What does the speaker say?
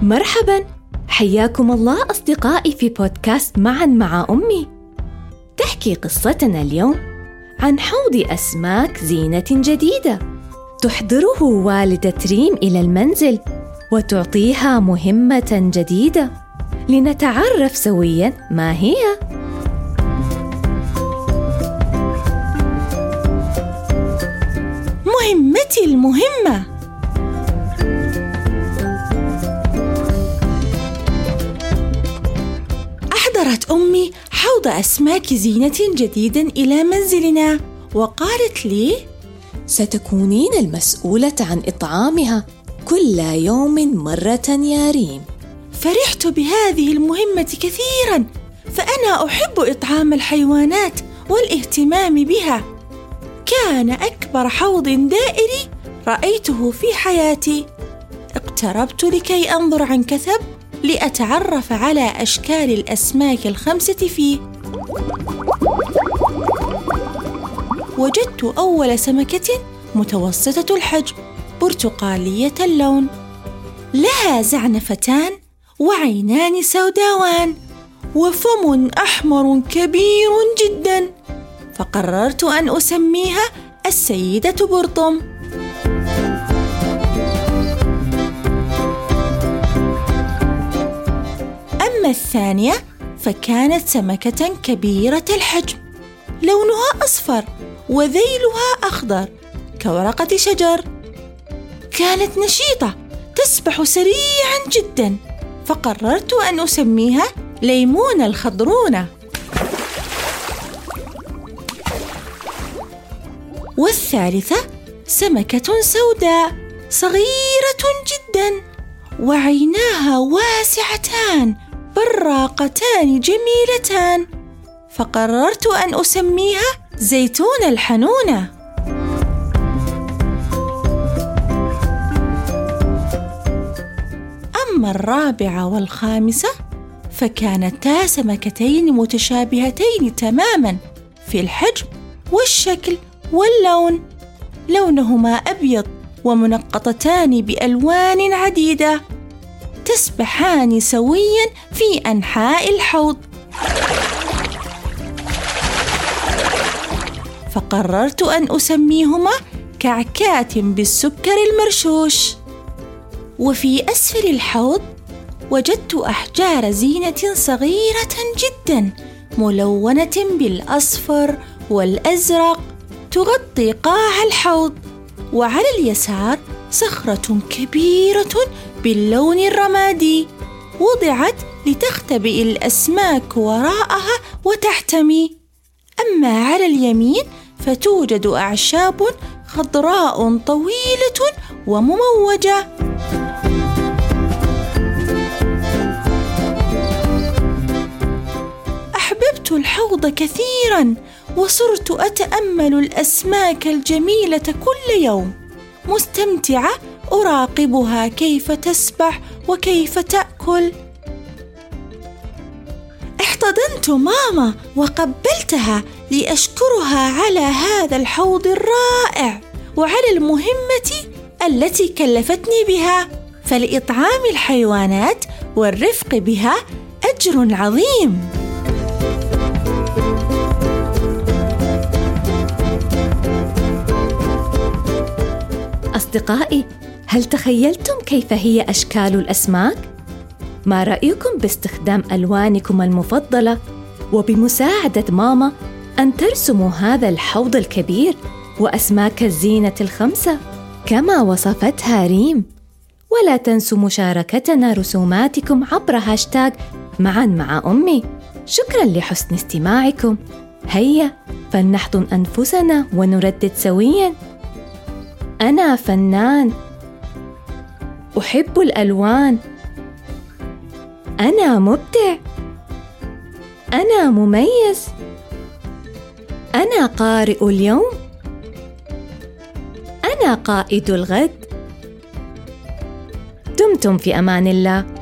مرحباً، حياكم الله أصدقائي في بودكاست معاً مع أمي. تحكي قصتنا اليوم عن حوض أسماك زينة جديدة تحضره والدة ريم إلى المنزل وتعطيها مهمة جديدة، لنتعرف سوياً ما هي. مهمتي المهمة. أحضرت أمي حوض أسماك زينة جديداً إلى منزلنا، وقالت لي: ستكونين المسؤولة عن إطعامها كل يوم مرة يا ريم. فرحت بهذه المهمة كثيراً، فأنا أحب إطعام الحيوانات والاهتمام بها. كان أكبر حوض دائري رأيته في حياتي. اقتربت لكي أنظر عن كثب لأتعرف على أشكال الأسماك ال5 فيه. وجدت أول سمكة متوسطة الحجم، برتقالية اللون، لها زعنفتان وعينان سوداوان وفم أحمر كبير جداً، فقررت أن أسميها السيدة برطم. أما الثانية فكانت سمكة كبيرة الحجم، لونها أصفر وذيلها أخضر كورقة شجر. كانت نشيطة تسبح سريعاً جداً، فقررت أن أسميها ليمون الخضرونة. والثالثة سمكة سوداء صغيرة جداً، وعيناها واسعتان براقتان جميلتان، فقررت أن أسميها زيتون الحنونة. أما الرابعة والخامسة فكانتا سمكتين متشابهتين تماماً في الحجم والشكل واللون، لونهما أبيض ومنقطتان بألوان عديدة، تسبحان سوياً في أنحاء الحوض. فقررت أن أسميهما كعكات بالسكر المرشوش. وفي أسفل الحوض وجدت أحجار زينة صغيرة جداً ملونة بالأصفر والأزرق تغطي قاع الحوض، وعلى اليسار صخرة كبيرة باللون الرمادي وضعت لتختبئ الأسماك وراءها وتحتمي. أما على اليمين فتوجد أعشاب خضراء طويلة ومموجة. أحببت الحوض كثيراً، وصرت أتأمل الأسماك الجميلة كل يوم، مستمتعة أراقبها كيف تسبح وكيف تأكل. احتضنت ماما وقبلتها لأشكرها على هذا الحوض الرائع وعلى المهمة التي كلفتني بها، فلإطعام الحيوانات والرفق بها أجر عظيم. أصدقائي، هل تخيلتم كيف هي أشكال الأسماك؟ ما رأيكم باستخدام ألوانكم المفضلة وبمساعدة ماما أن ترسموا هذا الحوض الكبير وأسماك الزينة ال5 كما وصفتها ريم؟ ولا تنسوا مشاركتنا رسوماتكم عبر هاشتاغ معاً مع أمي. شكراً لحسن استماعكم. هيا فلنحضن أنفسنا ونردد سوياً: أنا فنان، أحب الألوان، أنا مبدع، أنا مميز، أنا قارئ اليوم، أنا قائد الغد. دمتم في أمان الله.